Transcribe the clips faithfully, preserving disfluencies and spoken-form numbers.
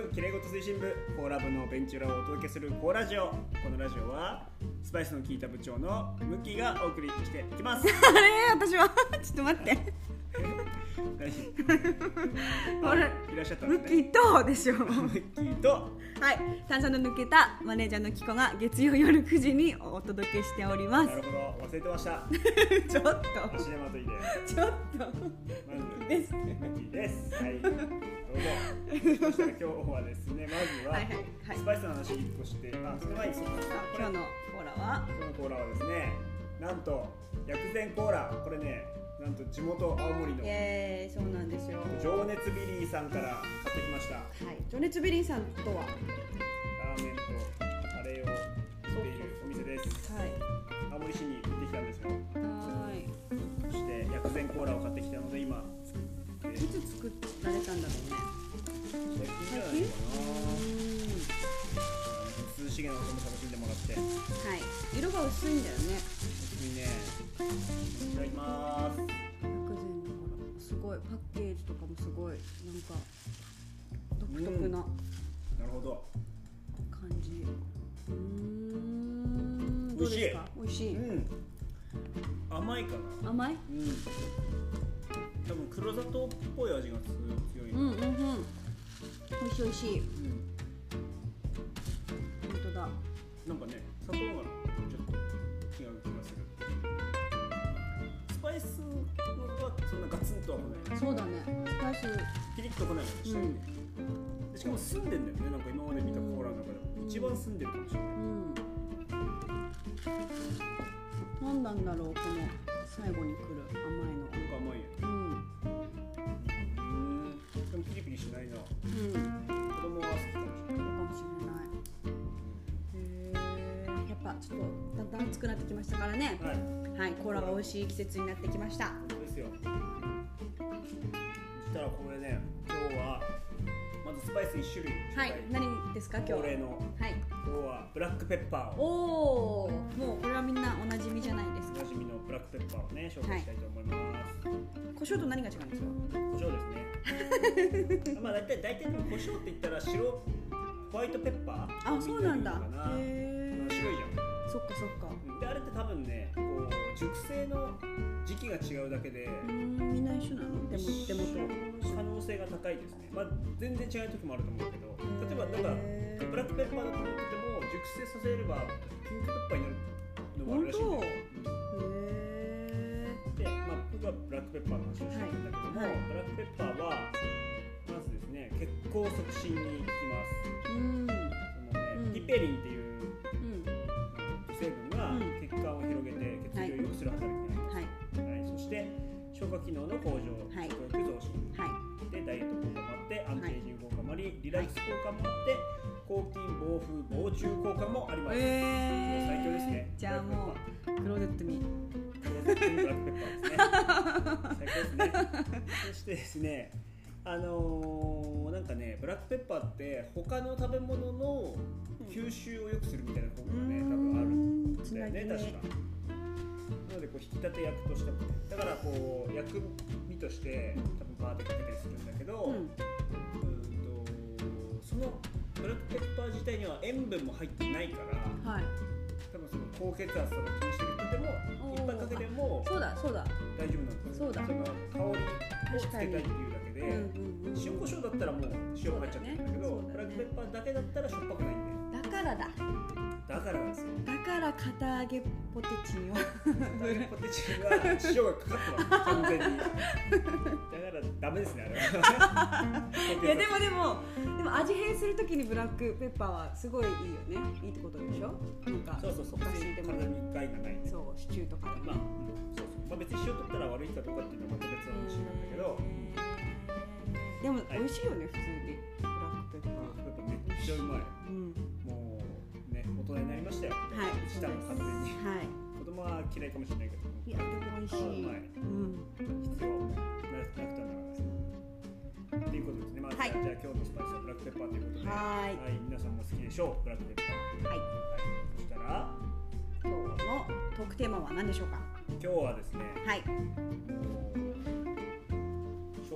部きれいごと推進部コーラ部のベンチ裏をお届けするコーラジオ。このラジオはスパイスの効いた部長のムッキーがお送りしていきます。 あれ私はちょっと待ってあれいらっしゃったんムッキですね。 ーとでしょムッキーとはい炭酸の抜けたマネージャーのキコが月曜夜くじにお届けしております。 なるほど、忘れてました。 ちょっと足手まといでちょっとまずですムッキーです。はい、どうぞ。そしたら今日はですね、まずははいはいはいスパイスの話いっこして、あ、その前にそうか、これ今日のコーラは今日のコーラはですね、なんと薬膳コーラ、これね、なんと地元青森のイエーイ、そうなんですよ。 情熱ビリーさんから買ってきました。 はい、情熱ビリーさんとはラーメンとカレーを売っているお店です。 はい青森市に行ってきたんですよ。 はいそして薬膳コーラを買ってきたので今作っていつ作られたんだろうね。 最近じゃないかな。涼しげな音も楽しんでもらって。 はい、色が薄いんだよね。 いいね。いただきます。 薬膳だからすごいパッケージとかもすごいなんか独特ななるほど。 感じ。うーん、どうですか？美味しい。 うん。甘いかな。 甘い？ うん。多分黒砂糖っぽい味が強い。 うんうんうん。美味しい美味しい。 うん。 本当だ。 なんかね、砂糖がちょっと違う気がする。スパイスはそんなガツンとは来ない。 そうだね。スパイス。 ピリッと来ないもんね。下にね。でしかも澄んでんだよね。なんか今まで見たコーラの中でも一番澄んでるかもしれない。 うん。何なんだろうこの最後に来る甘いの。 なんか甘いよね。 うん。 うん。でもピリピリしないな。 うん。 子供は好きかもしれない。 かもしれない。へえ。やっぱちょっとだんだん暑くなってきましたからね。 はい。 はい、コーラが美味しい季節になってきました。 そうですよ。そしたらこれね、今日はまずスパイスいち種類。 はい、何ですか今日は。 恒例の。 はい。 今日はブラックペッパーを。 おお、もうこれはみんなおなじみじゃないですか。 おなじみのブラックペッパーをね紹介したいと思います。 胡椒と何が違うんですか？ 胡椒ですね。まあ大体大体でも胡椒って言ったら白ホワイトペッパー。 あ、そうなんだ。 へえ。白いじゃん。 そっかそっか。 であれって多分ね、こう熟成の時期が違うだけで、 うん、みんな一緒なの？でもでもと可能性が高いですね。まあ全然違う時もあると思うけど、例えばだからブラックペッパーだと思ってても熟成させればピンクペッパーになるのもあるらしいんだけど。で、まあ僕はブラックペッパーの話をしてるんだけども、はい、ブラックペッパーはまずですね、血行促進に効きます。うん。そのね、ピペリンっていう成分が血管を広げて血流を良くする働きになります。はいはい、そして消化機能の向上、食欲増進、はい、でダイエット効果もあってアンチエイジング効果もあり、リラックス効果もあって抗菌防風防虫効果もあります。えー、最強ですね。 じゃあもうクローゼットにクローゼットにブラックペッパーですね。最高ですね。そしてですね、あのー、なんかねブラックペッパーって他の食べ物の吸収を良くするみたいな効果がね多分あるんだよね、確か。なのでこう引き立て役としてもね、だからこう薬味として多分バーってかけたりするんだけど、うん、うんとそのブラックペッパー自体には塩分も入ってないから、はい、多分その高血圧とか気にしてる人でもいっぱいかけてもそうだそうだ大丈夫なんですよ。そうだ。その香りをつけたいっていうだけで、うんうんうん、塩コショウだったらもう塩が入っちゃってるんだけど、ね、ブラックペッパーだけだったらしょっぱくないんで。 だからだ。 だからなんですよ。 だから堅揚げポテチには堅揚げポテチには塩がかかってます完全に。だからダメですねあれは。 いやでもでもでも味変するときにブラックペッパーはすごいいいよね。いいってことでしょ。なんかそうそうそう。体に害がない。 そうシチューとかでも。 まあ、うん、そうそう。まあ別に塩取ったら悪いかどうかっていうのはまた別の話なんだけど。 でも美味しいよね、普通にブラックペッパー。 ブラックペッパーめっちゃうまい。うん。もうね大人になりましたよ。はい。舌も完全に。はい。子供は嫌いかもしれないけど。 いやでも美味しい。 うまい。うん。必要なくてはならないですね。っていうことですね。まあ、はい、じゃあ今日のスパイスはブラックペッパーということで、はい、はい、皆さんも好きでしょうブラックペッパー。はい。はい、そしたら今日のトークテーマは何でしょうか。 今日はですね。はい。生姜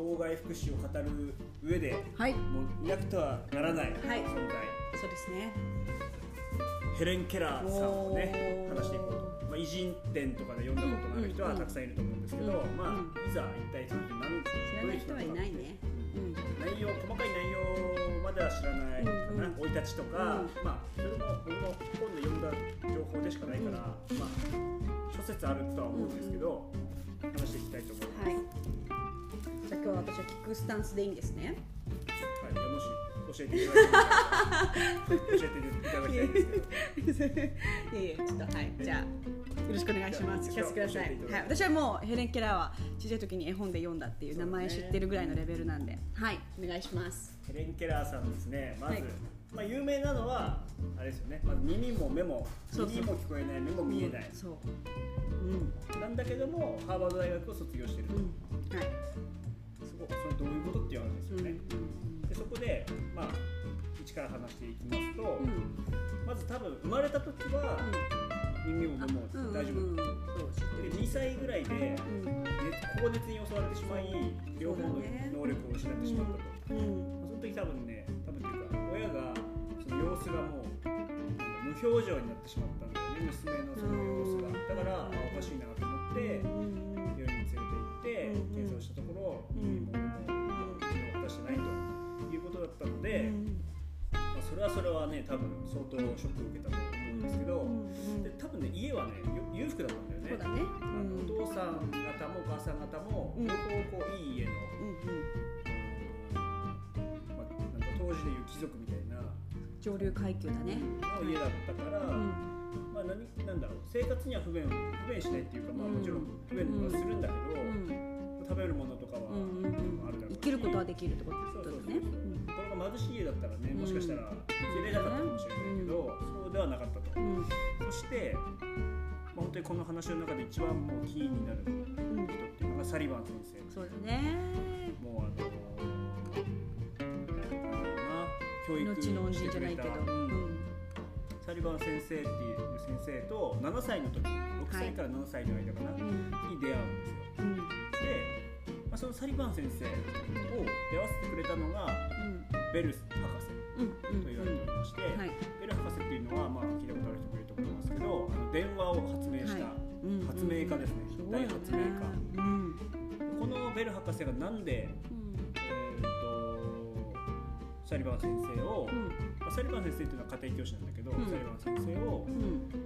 障害福祉を語る上で、 はい、 もういなくてはならない存在、はい、 そうですね、 ヘレン・ケラーさんをね話していこうと。まあ、偉人伝とかで読んだことのある人はたくさんいると思うんですけど、うんうん、まあ、いざ一体その人何知らない人はいないね、 うん、内容細かい内容までは知らないかな、生い立ちとか、うん、まあそれも僕の本で読んだ情報でしかないから、うん、まあ諸説あるとは思うんですけど、うんうん、話していきたいと思います。はい、 じゃあ今日は私は聞くスタンスでいいんですね。 はい、もし教えていただきたい教えていただきたいんですけど。 いやいや、ちょっとはい、じゃあよろしくお願いします。聞かせてください。はい、私はもうヘレン・ケラーは小さい時に絵本で読んだっていう名前知ってるぐらいのレベルなんで、はい、お願いします。 ヘレン・ケラーさんですね。まず、はい、まあ有名なのはあれですよね。まず耳も目も耳も聞こえない、目も見えない。 そう。 うん。なんだけどもハーバード大学を卒業してる。うん、はい。そこそれどういうことっていう話ですよね。うん、でそこでまあ一から話していきますと、うん、まず多分生まれた時は、うん、耳も目も大丈夫。うんうんうん、そうでにさいぐらいで、うん、高熱に襲われてしまい両方の能力を失ってしまったと。うんうん、その時多分ね、多分というか親がその様子がもう無表情になってしまったんだよね、娘のその様子が。だからあおかしいなと思って、病院に連れて行って検査をしたところ、耳も目も機能を果たしてないということだったので、まあ、それはそれはね多分相当ショックを受けたと思うんですけど、で多分ね家はね裕福だったんだよね。 そうだね、 あのお父さん方もお母さん方も両方こういい家の、まあ、なんか当時でいう貴族みたいな上流階級だねの家だったから、うん、まあ何なんだろう、生活には不便不便しないっていうか、まあもちろん不便はするんだけど、うん、食べるものとかは、うんうん、あるだろうし、生きることはできるってことだね。 これが貧しい家だったらね、もしかしたら受けれなかったかもしれないけど、うん、そうではなかったと。うん、そして、まあ、本当にこの話の中で一番もうキーになる人っていうのがサリバン先生。 そうだね。 もうあの教育してくれた、うん、サリバン先生っていう先生とななさいの時、ろくさいからななさいの間かな、はい、に出会うんですよ。うん、で、まあ、そのサリバン先生を出会わせてくれたのが、うん、ベル博士と言われておりまして、うんうんうん、はい、ベル博士っていうのは、まあ、聞いたことある人もいると思いますけど、あの電話を発明した、はい、発明家ですね、うんうん、大発明家、うん、このベル博士がなんで、うん、えー、とサリバン先生を、うん、まあ、サリバン先生っていうのは家庭教師なんだけど、うん、サリバン先生を、うん、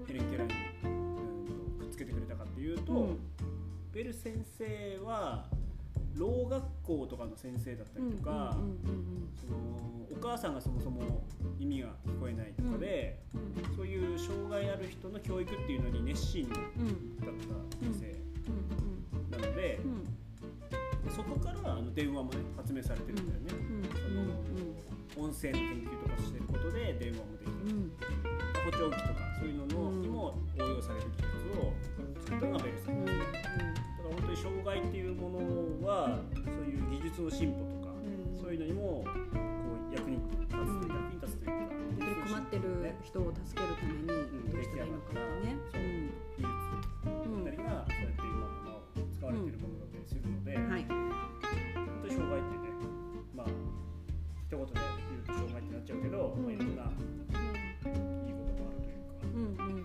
ヘレン・ケラーに、うん、くっつけてくれたかっていうと、うん、ベル先生はろう学校とかの先生だったりとか、そのお母さんがそもそも耳が聞こえないとかで、うん、そういう障害ある人の教育っていうのに熱心だった先生なので、うん、そこからあの電話もね発明されてるんだよね。うん、その音声の研究とかしてることで電話もできる、うん、補聴器とかそういうののにも応用される技術を作ったのがベル先生ですね。本当に障害っていうものはそういう技術の進歩とか、うん、そういうのにもこう役に立つ、うん、役に立つというか、 本当に困ってる人を助けるためにどうしたらいいのかってね、 そういう技術だったりがそうやって今も使われているものだったりするので、うん、はい、本当に障害ってね、まあ一言で言うと障害ってなっちゃうけど、うん、まあ、いろんないいこともあるというか、うんうん、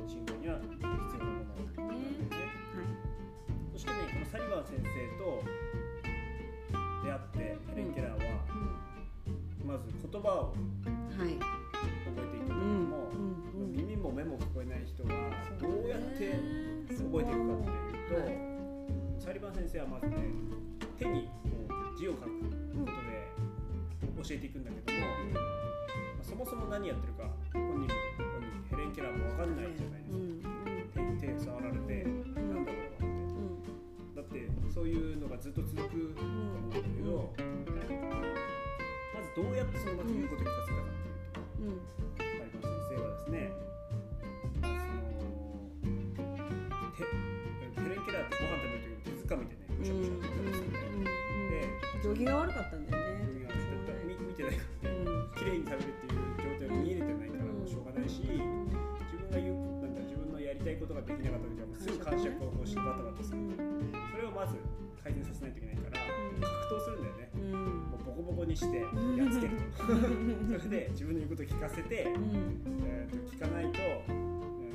進歩には必要なものなんでね。そしてね、このサリバン先生と出会ってヘレン・ケラーは、うん、まず言葉を覚えていくんだけども、うんうん、耳も目も聞こえない人がどうやって覚えていくかっていうと、はい、サリバン先生はまずね、手にこう字を書くことで教えていくんだけども、うん、まあ、そもそも何やってるか本人本人ヘレン・ケラーも分かんないじゃないですか。うん、手に手触られて、なんだこれはそういうのがずっと続くと思うんだけど、うん、まずどうやってそのまず言うことを聞かせたかっていうと、サリバン先生はですね、まずその手ヘレン・ケラーってご飯食べる時に手づかみでね、むしゃむしゃって食べてたんだよね。で、 行儀が悪かったんだよね。 行儀が悪かった。見てないからね、綺麗に食べるっていう状態を見えれてないからもうしょうがないし、自分が言うなんか自分のやりたいたいことができなかった時はもうすぐ感触を起こしてバタバタする、うん、それをまず改善させないといけないから、うん、格闘するんだよね、うん、もうボコボコにしてやっつけるとそれで自分の言うことを聞かせて、うんえー、と聞かないと、うん、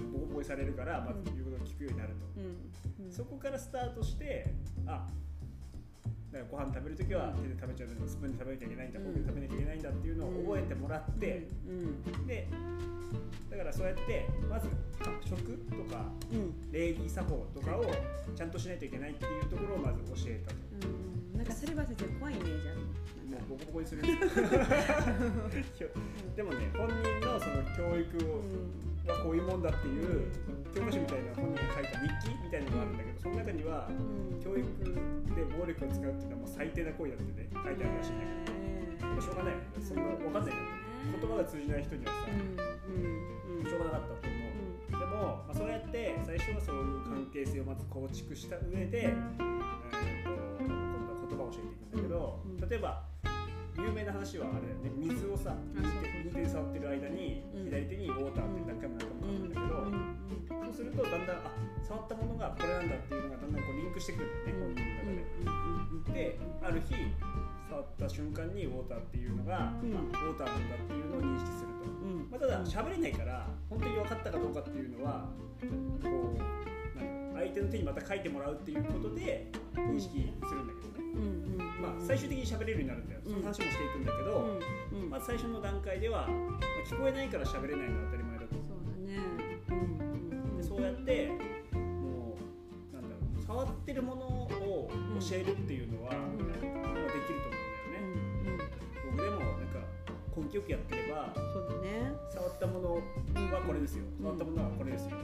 ボコボコにされるからまず言うことを聞くようになると、うんうん、そこからスタートしてあだからご飯食べるときは手で食べちゃうのスプーンで食べなきゃいけないんだ、フォークで食べなきゃいけないんだっていうのを覚えてもらって、うんうん、でだからそうやってまず食とか、うん、礼儀作法とかをちゃんとしないといけないっていうところをまず教えたと、 うん、なんかそれは先生怖いイメージあるもうボコボコにするんですよでもね本人のその教育を、うん、はこういうもんだっていう教科書みたいな本人が書いた日記みたいなのがあるんだけど、その中には、うん、教育で暴力を使うっていうのはもう最低な行為だってね書いてあるらしいんだけど、まあ、しょうがないよね、そんな分かんないよね、言葉が通じない人にはさ、うんうん、しょうがなかったと思う、うん、でも、まあ、そうやって最初はそういう関係性をまず構築した上で、えー、と今度は言葉を教えていくんだけど、うん、例えば有名な話はあれだよね、水をさ右手で触ってる間に左手にウォーターって何回も何回も書くんだけど、そうするとだんだんあ触ったものがこれなんだっていうのがだんだんこうリンクしてくるんだよね、本人の中で。である日触った瞬間にウォーターっていうのが、うんまあ、ウォーターなんだっていうのを認識すると、うんまあ、ただ喋れないから本当に分かったかどうかっていうのはこう相手の手にまた書いてもらうっていうことで認識するんだけどね、うんうんまあ、最終的に喋れるようになるんだよ、その話もしていくんだけど、うんうんまず最初の段階では、まあ、聞こえないから喋れないのは当たり前だと思う。 そうだね、うんうん、 でそうやってもうなんだろう触ってるものを教えるっていうのは、うん、できると思うんだよね、うんうん、僕でもなんか根気よくやってればそうだね、 触ったものはこれですよ、うん、触ったものはこれですよ、うん、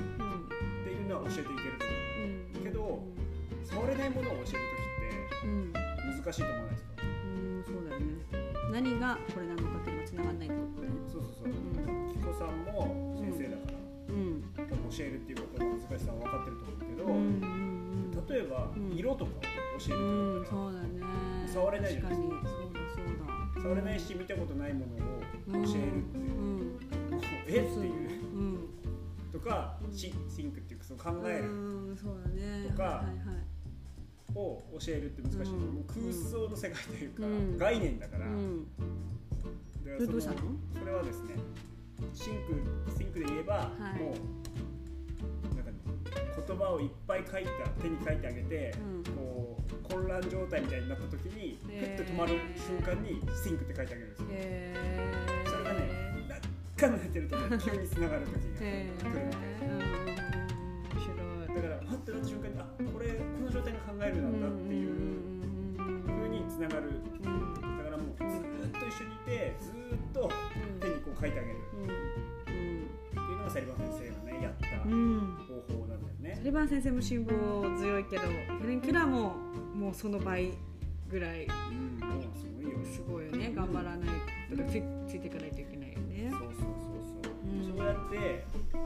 っていうのは教えていけると思う、うん、けど、うん、触れないものを教えるときって難しいと思わないですか？ うん、そうだよね。何がこれなのかっていうのが繋がんないってことね。 そうそうそう。キコさんも先生だから、うん、教えるっていうことの難しさは分かってると思うけど、うんうんうん、例えば、うん、色とかを教えるとか、うん、そうだね。触れないじゃないですか。確かにそうだそうだ。触れないし見たことないものを教えるっていう、うんうん、えっていう、うん、とか、シンクっていうかその考える、うん、そうだね、とか。はいはいはいを教えるって難しい、うん、もう空想の世界というか、うん、概念だから、うん、だからそのどうしたの？それはですね、シンク、シンクで言えば、はい、もうなんか言葉をいっぱい書いた手に書いてあげて、うん、こう混乱状態みたいになった時にふっと止まる瞬間にシンクって書いてあげるんですよ。へー、それがね、なっかんなってるとね急に繋がる時が来るみたいな。だからパッとなった瞬間にあこれこの状態が考えるなんだっていう風につながる、だからもうずっと一緒にいてずっと手にこう書いてあげるっていうのがサリバン先生がねやった方法なんだよね。 サリバン先生も辛抱強いけどヘレン・ケラーももうその倍ぐらい、うん、もうすごいよすごいよね、頑張らないと、うん、つ, ついていかないといけないよね。そうそうそうそう、うん、 そうやって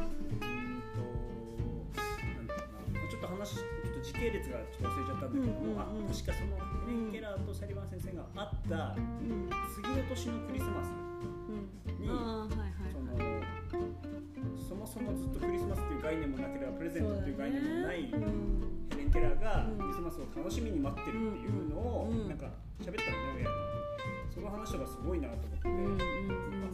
ちょっと話、ちょっと時系列がちょっと忘れちゃったんだけども、うんうんうん、あ確かそのヘレン・ケラーとサリバン先生が会った次の年のクリスマスに、うんはいはい、そのそもそもずっとクリスマスっていう概念もなければプレゼントっていう概念もない、ねうん、ヘレン・ケラーがクリスマスを楽しみに待ってるっていうのを、うんうん、なんか喋ったのね、親に。その話がすごいなと思って、うんうんうん、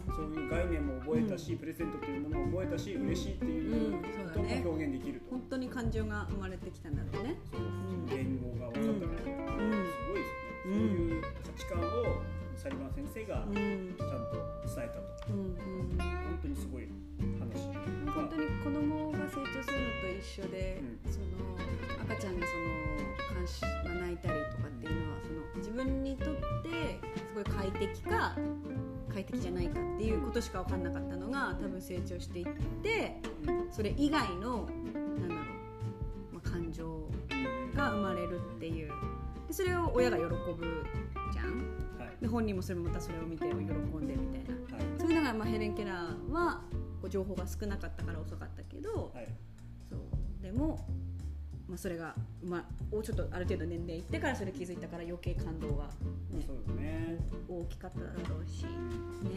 そういう概念も覚えたし、うん、プレゼントというものを覚えたし、うん、嬉しいっていうことも表現できると、 本当に感情が生まれてきたんだろうね。 そう、うん、言語が分かったので、うん、すごいですね、うん、そういう価値観をサリバン先生がちゃんと伝えたと、うんうん、本当にすごい話。 本当に子供が成長するのと一緒で、うん、その赤ちゃんがその監視、まあ、泣いたりとかっていうのはその自分にとってすごい快適か快適じゃないかっていうことしか分かんなかったのが多分成長していってそれ以外のなんだろう、まあ、感情が生まれるっていうでそれを親が喜ぶじゃん、はい、で本人もそれもまたそれを見て喜んでみたいな、はい、そういうのが、まあ、ヘレン・ケラーはこう情報が少なかったから遅かったけど、はい、そうでもまあ、それが、まあ、ちょっとある程度年齢いってからそれ気づいたから余計感動が、ねそうですね、 大きかっただろうし、ね、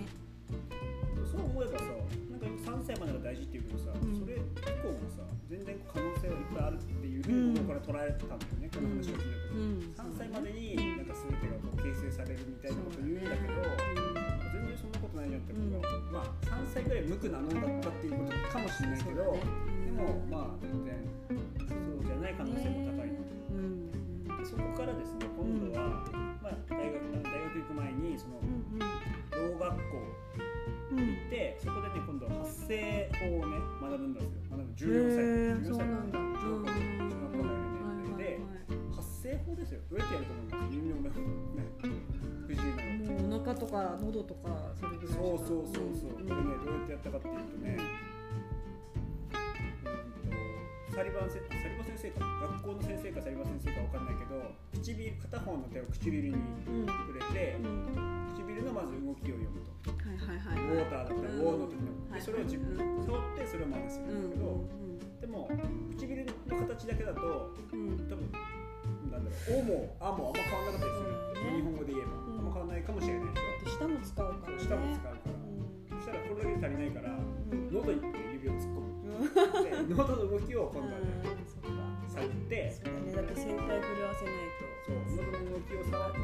そう思えばさ、なんかさんさいまでが大事っていうけどさ、うん、それ以降もさ全然可能性はいっぱいあるっていうふうにここから捉えたんだよね、うん、この話を聞いたと、うん、さんさいまでになんか全てがこう形成されるみたいなことを言うんだけど、全然そんなことないじゃんってことが、うん、まあさんさいぐらい無垢な脳だったっていうことかもしれないけど、ね、でもまあ全然そうじゃない可能性も高いの、ね、うん、でそこからですね、今度は、まあ、大学大学行く前にそのろう学校行って、そこでね今度は発声法をね学ぶんですよ。学ぶじゅうよんさい、じゅうよんさいの小学校の年齢で発声法ですよ。どうやってやると思います？耳のね不自由なの。 もうお腹とか喉とかそれぐらいしか。 そうそうそうそう。これねどうやってやったかっていうとね、サリバン先生か学校の先生かサリバン先生かわかんないけど、唇片方の手を唇に触れて、うん、唇のまず動きを読むと。はいはいはい、ウォーターだったらウォーの時の、うん、でそれを自分触ってそれを真似するんだけど、うん、でも唇の形だけだと、うん、多分なんだろう、おもあもあんま変わらなかったりする、うん、日本語で言えば、うん、あんま変わらないかもしれないでしょ。 舌も使うからね。 舌も使うから、うん、そしたらこれだけ足りないから、うん、喉に指を突っ込む、うん、で喉の動きを今度はね、うん、触って、 そうだね、だって声帯震わせないと、 そう喉の動きを触って、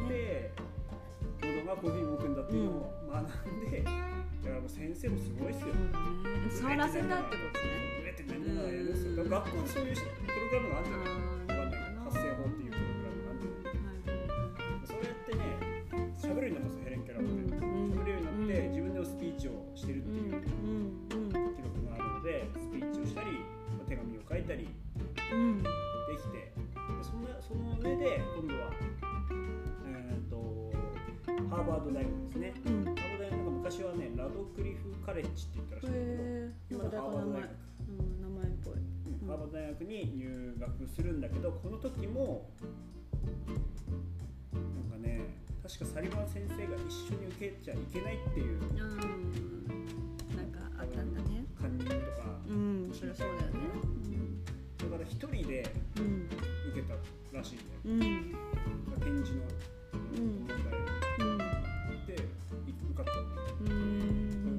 喉がこういう風に動くんだっていうのを学んで、うん、だからもう先生もすごいっすよ。 触らせたってことね。 上って何ながらやるんですよ。だから学校にそういうプログラムがあるんじゃないかわかんないけど、発声法っていうプログラムがあるんじゃないか、はい、そうやってね、喋るようになったんですよ、ヘレン・ケラーって。喋るようになって、自分でもスピーチをしてるっていう記録があるので、スピーチをしたり、手紙を書いたりできて、そんなその上で今度は、えー、とハーバード大学ですね、うん、ハーバード大学が昔はねラドクリフカレッジって言ったらしいんだけど、今のハーバード大学、 うん、名前っぽい、 うん、ハーバード大学に入学するんだけど、この時もなんかね、確かサリバン先生が一緒に受けちゃいけないっていう、うん、 なんかあったんだね、 カンニングとか、 うん、そりゃそうだよね、 だから一人で受けたらしいんだよ、うん、展示の問題、うん、で受かったんだよ、うん、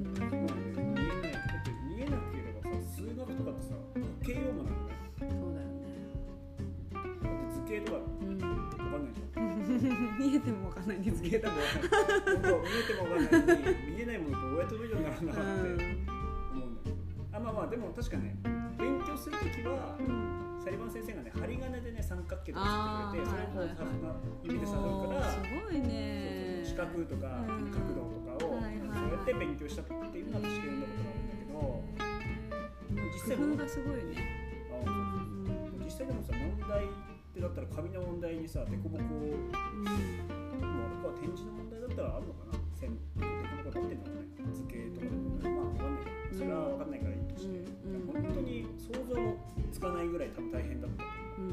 だからね、見えない、だって見えなければさ、数学とかってさ、形用語なのね。 そうだよね。 だって図形とか、うん、分かんないじゃん。 見えても分かんないんですけど、 見えても分かんない見えても分かんないのに、見えないものとどうやって見るようになるんだなって思うんだけど、あ、まあまあでも確かね、勉強するときは、うん、サリバン先生がね、針金でね、三角形とか作ってくれて、それをこう、はいはい、指で触るから、 すごいね、 そうそう、四角とか、うん、角度とかを、はいはい、そうやって勉強したっていうのは私が読んだことがあるんだけど、実際工夫がすごいね。 あ、そうそうそう、実際でもさ、問題ってだったら紙の問題にさ、デコボコ、うん、もうあれか、展示の問題だったらあるのかな、線デコボコだってんのかね、図形とかでも、まあ分かんないけど、それは分かんないからいいとして、うん、本当に想像もつかないぐらい多分大変だった、うん、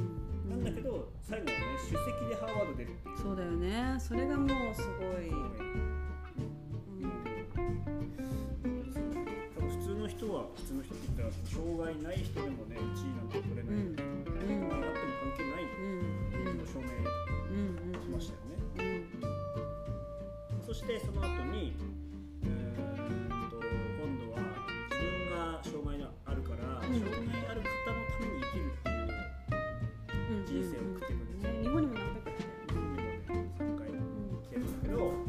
なんだけど最後はね、出席でハーバード出るっていう。 そうだよね、それがもうすごい、うん、 多分普通の人は普通の人って言ったら障害ない人でもね、いちいなんて取れない、うん、障害あっても関係ないっていうのを証明しましたよね、うんうん、そしてその後に、えー、と今度は自分が障害があるから、うん、障害ある方のために生きるっていう人生を送っていくんですよ、 うんうんうん、日本にも何回か来てる、 日本にもねさんかい来てるんだけど、うん、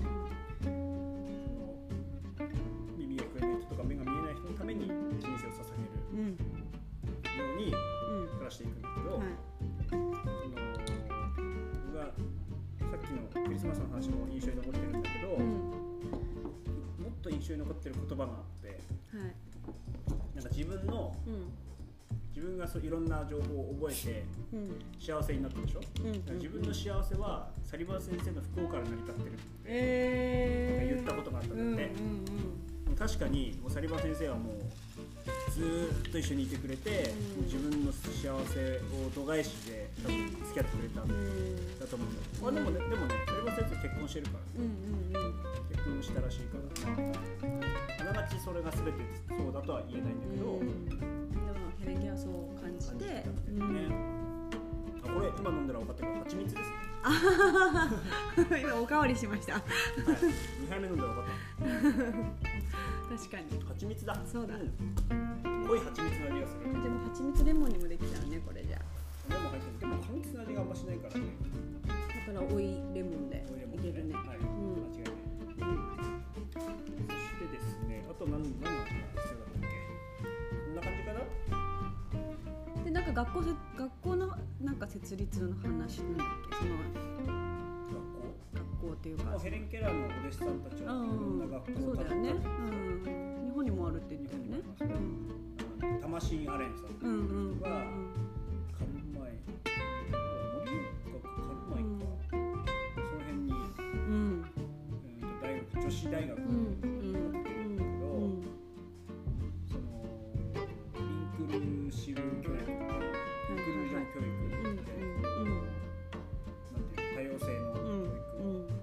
その耳が聞こえない人とか目が見えない人のために人生を捧げるように暮らしていくんだけど、うん、はい、その僕がさっきのクリスマスの話も印象に残ってるんだけど、うん、もっと印象に残ってる言葉があって、はい、なんか自分の、うん、自分がそういろんな情報を覚えて、うん、幸せになったでしょ、うん、だから自分の幸せはサリバン先生の不幸から成り立ってるって、えー、言ったことがあったんだって、うんうんうん、確かにもうサリバン先生はもうずーっと一緒にいてくれて、うん、自分の幸せを度外視で多分付き合ってくれたんだと思うんだけど、うん、まあ、でもね、でもね、サリバン先生結婚してるから、うんうんうん、結婚したらしいから、まあ、あながちそれが全てそうだとは言えないんだけど、うん、 でもヘレンケはそう感じて、ね、うん、 あ、これ今飲んだら分かったけど蜂蜜ですね。 今おかわりしました。はい、 にはいめ飲んだら分かった。 確かに蜂蜜だ。 そうだ、 うん、濃い蜂蜜の味がする。 でも蜂蜜レモンにもできちゃうねこれじゃ。 レモン入ってる。でも柑橘の味があんましないからね。 だから追いレモンでいけるね。 はい、うん、間違いない。うん、そしてですね、あと何何の話が必要だったっけ。こんな感じかな。 でなんか学校で学校のなんか設立の話なんだっけ、その学校っていうかヘレン・ケラーのお弟子さんたちは、うん、いろんな学校を建てた。そうだよね、 うん。日本にもあるって言ったよね。 うん、タマシン・アレンさんは、うんうんうん、カルマイ森岡カルマイか、うん、その辺に、うんえー、大学女子大学を建ててるんだけど、うんうん、そのインクルーシブ教育、インクルージョン教育で、うんうん、なんていう多様性の教育、うんうん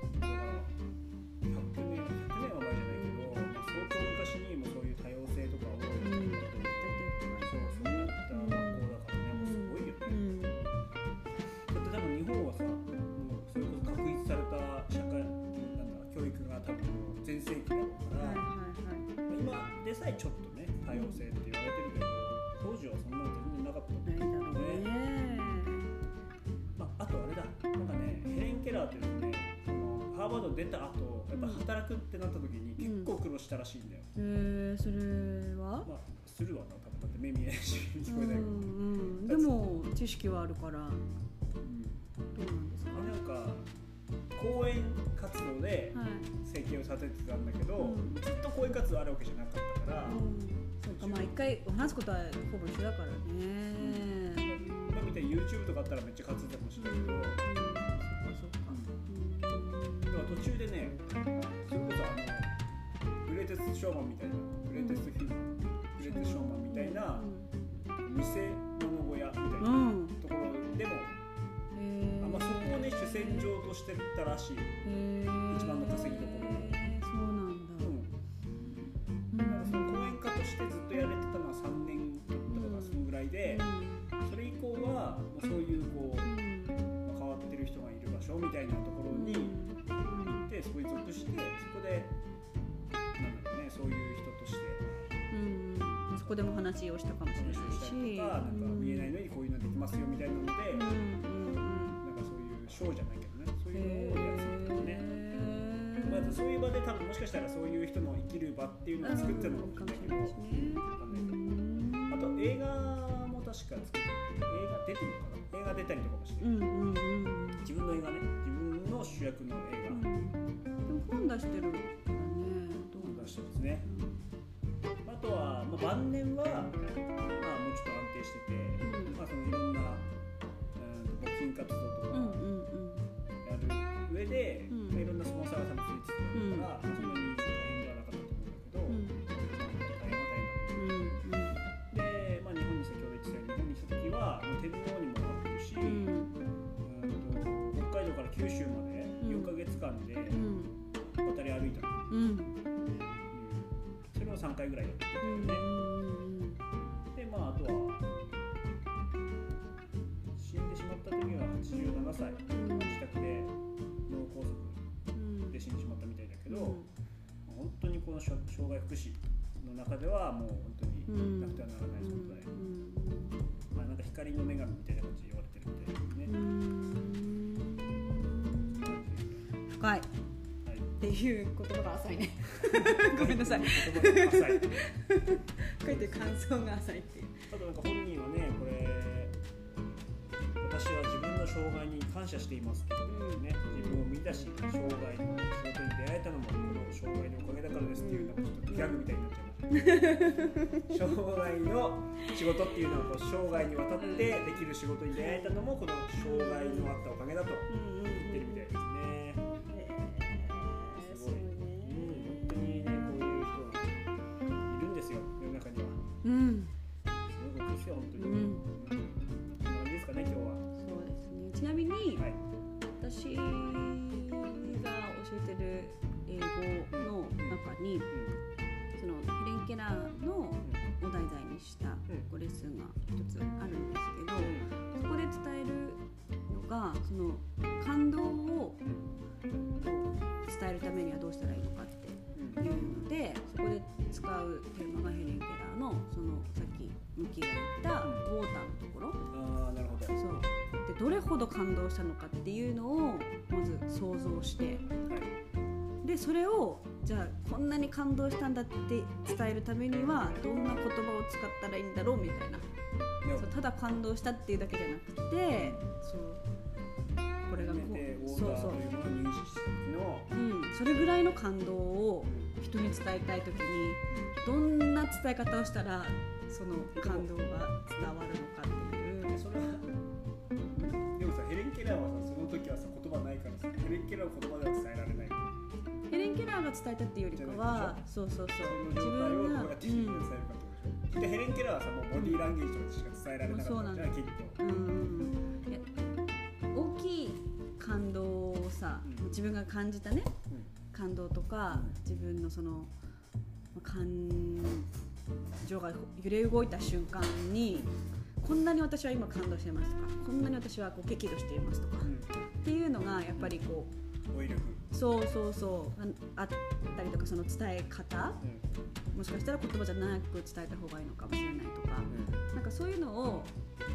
ちょっとね多様性って言われてるけど、当時はそんなの全然なかったんだよね。まあ、あとあれだ、なんかねヘレン・ケラーっていうのはね、そのハーバード出た後やっぱ働くってなった時に結構苦労したらしいんだよ。 へ、うん、えー、それは？ まあするわな、多分だって目見えないし聞こえないけど、 うんうん、でも知識はあるから、うん、どうなんですか？ なんか講演活動で生計を立ててたんだけど、はい、うん、ずっと講演活動あるわけじゃなかったから、うん、 そうか、まあ一回話すことはほぼ一緒だからね、 うん、今みたいに YouTube とかあったらめっちゃ活動かもしれないけど、うん、そっかそっか、うん、だから途中でね、それこそあのグレイテストショーマンみたいな、グレイテストヒューマン、グレイテストショーマンみたいな見せ物小屋みたいなところでも、あ、まあ、そこをね主戦場としてたらしい。一番の稼ぎどころ。 そうなんだ。 うん。だからその講演家としてずっとやれてたのはさんねんだったかな、そのぐらいで、うん、それ以降はそういうこう、うん、変わってる人がいる場所みたいなところに行って、そこに属して、そこでなんだろうね、そういう人として、 うん、そこでも話をしたかもしれないし、 話をしたりとか、なんか見えないのにこういうのできますよみたいなので、うんうん、なんかそういうショーじゃないけどね、そういうのをやってたんだよね。まずそういう場で多分もしかしたらそういう人の生きる場っていうのを作ってたのかもしれないけど、あと映画も確か作ってる、映画出てるのかな、映画出たりとかもしてる、うんうんうん、自分の映画ね、自分の主役の映画、うん、 でも本出してるからね、 本出してるんですね、うん、あとは、まあ、晩年は、まあ、もうちょっと安定してて、うん、まあ、そのいろんな、うん、募金活動とかやる上で、うんうん、まあ、いろんなスポンサーが多分ついてるから、うん、そんなに大変ではなかったと思うんだけど、うん、大変は大変だった、うん、で、まあ、日本に先ほど言ってたように日本に来た時はもう天皇にもなってるし、うん、うんと北海道から九州までよんかげつかんで渡り歩いたの、うん、それをさんかいぐらいやってたんだよね、うん、で、まあ、あとは死んでしまった時ははちじゅうななさい、うん、自宅で脳梗塞で死んでしまったみたいだけど、うん、本当にこの障害福祉の中ではもう本当になくてはならない存在、うん、まあ、なんか光の女神みたいな感じで言われてるみたいですね、うん、 深い、はい、っていう言葉が浅いねごめんなさい言葉が浅い書いて感想が浅いっていう。 あとなんか本人はね、これ私は自分の障害に感謝していますっていうね、自分を見出し障害の仕事に出会えたのもこの障害のおかげだからですっていうのがちょっとギャグみたいになっちゃいました障害の仕事っていうのはこう生涯にわたってできる仕事に出会えたのもこの障害のあったおかげだと言ってるみたいですね。すごい、うん、本当にね、こういう人がいるんですよ、世の中には。うん、すごいことですよ、本当に。うん、何ですかね、今日は。 そうですね。ちなみに、はい、私が教えてる英語の中に、うん、そのヘレン・ケラーのを題材にしたごレッスンが一つあるんですけど、うん、そこで伝えるのがその感動を伝えるためにはどうしたらいいのかっていうので、そこでのさっきムキが言ったウォーターのところ、 ああなるほど。 そうでどれほど感動したのかっていうのをまず想像して、 はい、 でそれをじゃあこんなに感動したんだって伝えるためにはどんな言葉を使ったらいいんだろうみたいな、そうただ感動したっていうだけじゃなくて、そうこれがこうそうそう、うん、それぐらいの感動を人に伝えたいときにどんな伝え方をしたらその感動が伝わるのかっていう。 それはでもさ、ヘレン・ケラーはさ、その時はさ言葉ないからさ、ヘレン・ケラーは言葉では伝えられない。 ヘレン・ケラーが伝えたっていうよりかは、そうそうそう、 その状態をどうやって人に伝えるかってことでしょ、うん、でヘレン・ケラーはさ、もうボディーランゲージとかしか伝えられなかったじゃん、きっと。うん、いや大きい感動をさ、うん、自分が感じたね、うん、感動とか、うん、自分のその感情が揺れ動いた瞬間に、こんなに私は今感動してますとか、こんなに私はこう激怒していますとか、うん、っていうのがやっぱりこう、 語彙力、 そうそうそうあったりとか、その伝え方、うん、もしかしたら言葉じゃなく伝えた方がいいのかもしれないとか、うん、なんかそういうのを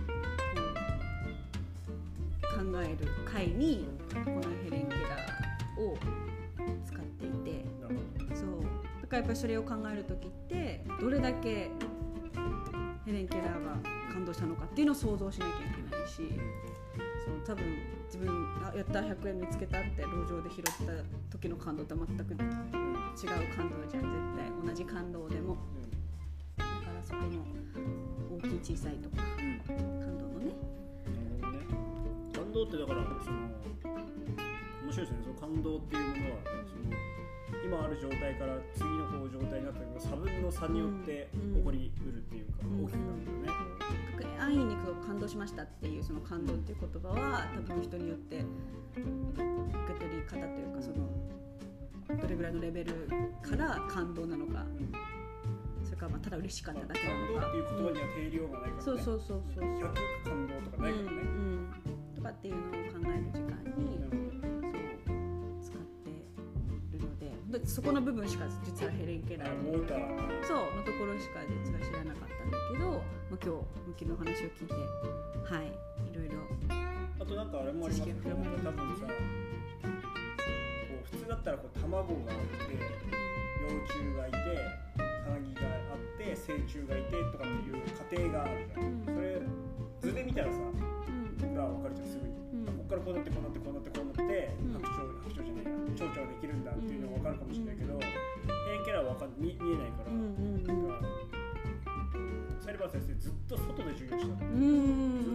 考える会にこのヘレン・ケラーを使っていて、そうだからやっぱりそれを考えるときってどれだけヘレン・ケラーが感動したのかっていうのを想像しなきゃいけないし、そう多分自分がやったひゃくえん見つけたって路上で拾った時の感動と全く違う感動じゃん、絶対同じ感動でも、だからそこの大きい小さいとか、感動のね、 感動ってだからその面白いですね。その感動っていうものはその今ある状態から次のこう状態になった時の差分の差によって起こりうるっていうか、うん、大きくなるんだよね。 安易に感動しましたっていうその感動っていう言葉は多分人によって受け取り方というか、そのどれぐらいのレベルから感動なのか、それからまあただ嬉しかっただけなのか、 感動っていう言葉には定量がないからね。 そうそうそうそう、 ひゃく感動とかないからね、うんうん、とかっていうのを考える時間にそう使ってるので、でそこの部分しか実はヘレン・ケラーのそうのところしか実は知らなかったんだけど、まあ、今日ムキの話を聞いて、はい、いろいろあとなんかあれもありますよね。多分さ、こう普通だったらこう卵があって幼虫がいてさなぎがあって成虫がいてとかっていう過程があるじゃん、うん、それ図で見たらさ、僕らは分かるじゃん、すぐに、うん、ここからこうなってこうなってこうなってこうなって、うん、白鳥白鳥じゃねえや蝶々ができるんだっていうのが分かるかもしれないけど、ヘレン・ケラーは分かん見, 見えないから、うんうんうん、サリバン先生ずっと外で授業したの、うん、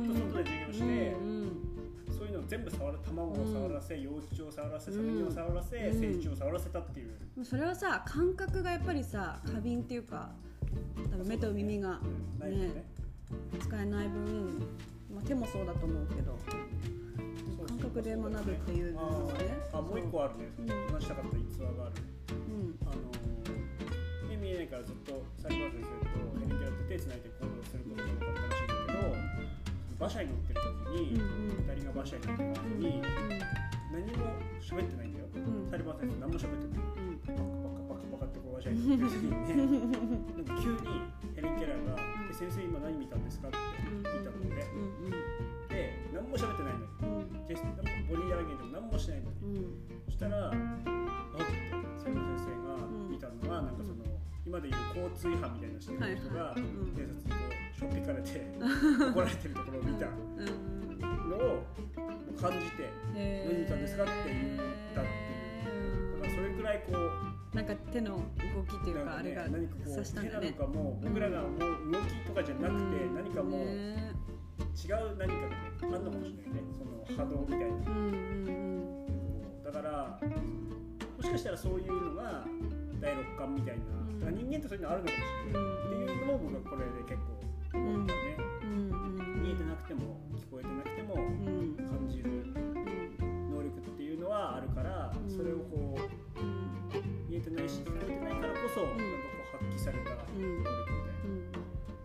ずっと外で授業して、うんうん、そういうのを全部触る、卵を触らせ、幼虫を触らせ、さなぎを触らせ、うん、成虫を触らせたっていう、 それはさ、感覚がやっぱりさ、過敏っていうか、多分目と耳が、ねね、使えない分、まあ、手もそうだと思うけど、感覚で学ぶっていうのはね、 ああもう一個あるね、うん、話したかった逸話がある、うん、あの目見えないからずっとサリバン先生とヘレン・ケラーって手つないで行動することが多かったらしいんだけど、馬車に乗ってる時に、うんうん、ふたりが馬車に乗ってる時に、うんうん、何も喋ってないんだよ、うん、サリバン先生何も喋ってない、うん、パカパカパカパカってこう馬車に乗ってる時にねなんか急にヘレン・ケラーが、うん、先生今何見たんですかって聞いたので、うんうんうん、で何も喋ってないのに、うん、ジェスボディーランゲージも何もしないのに、うん、そしたらあってサリバン先生が見たのは、なんかその今でいう交通違反みたいなしてる人が警察にこうしょっぴかれて怒られてるところを見たのを感じて何見たんですかって言ったっていう、だからそれくらいこうなんか手の動きっていうか、あれが刺したんだね。手なのかも僕らが思う動きとかじゃなくて、何かもう違う何かがねあんのかもしれないね、その波動みたいな、うんうんうん、だからもしかしたらそういうのが第六感みたいな、うん、だから人間ってそういうのあるのかもしれない、うん、っていうのも僕はこれで結構思ったね、うんうん、見えてなくても聞こえてなくても感じる能力っていうのはあるから、うん、それをこう見えてないし聞こえてないからこそ、うん、なんかこう発揮された能力で、うんうん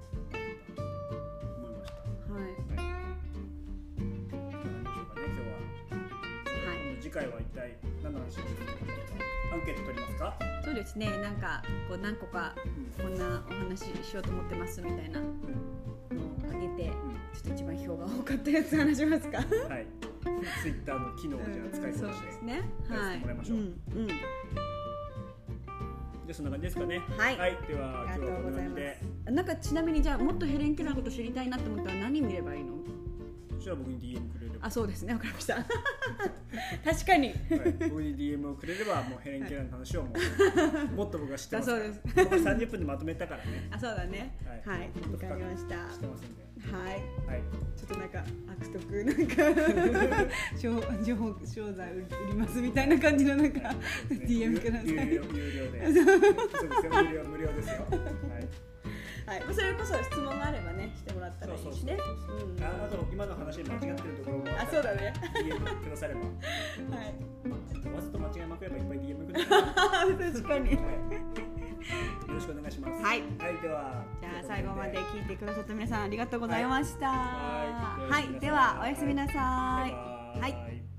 思いました。はい。はい。何でしょうかね、今日は。はい。次回は一体何の話をするのか。 アンケート取りますか？ そうですね、なんかこう何個かこんなお話ししようと思ってますみたいなのをあげて、ちょっと一番票が多かったやつ話しますか？ はい、ツイッターの機能をじゃあ使いこなして、うん、そうですね、やらせてもらいましょう。はい、うんうん、じゃあそんな感じですかね。はい、はい、では今日はこんな感じで。 なんかちなみにじゃあもっとヘレン・ケラーのこと知りたいなと思ったら何見ればいいの？ そしたら僕に ディーエム くれれば。 あ、そうですね、わかりました確かに、はい、 僕に ディーエム をくれればもうヘレン・ケラーの話をもうもっと僕は知ってますから。 そうです。 僕さんじゅっぷんでまとめたからね。 あ、そうだね。はい、わ、はい、かりました。 知ってますんで。 はい、 はい、 ちょっとなんか悪徳なんか情報商材売りますみたいな感じのなんか、ね、ディーエム ください。有料で。そうですよ、無料無料ですよ。はい、はい、それこそ質問があればねしてもらったらいいしね。 あと今の話に間違ってるところもあ、そうだね。 ディーエム くだされば。はい。わざと間違いまくればいっぱい ディーエム ください。 確かに。はいよろしくお願いします。 はい。 はい、では。 じゃあ最後まで聞いてくださった皆さんありがとうございました。はい。はい、ではおやすみなさい。はい。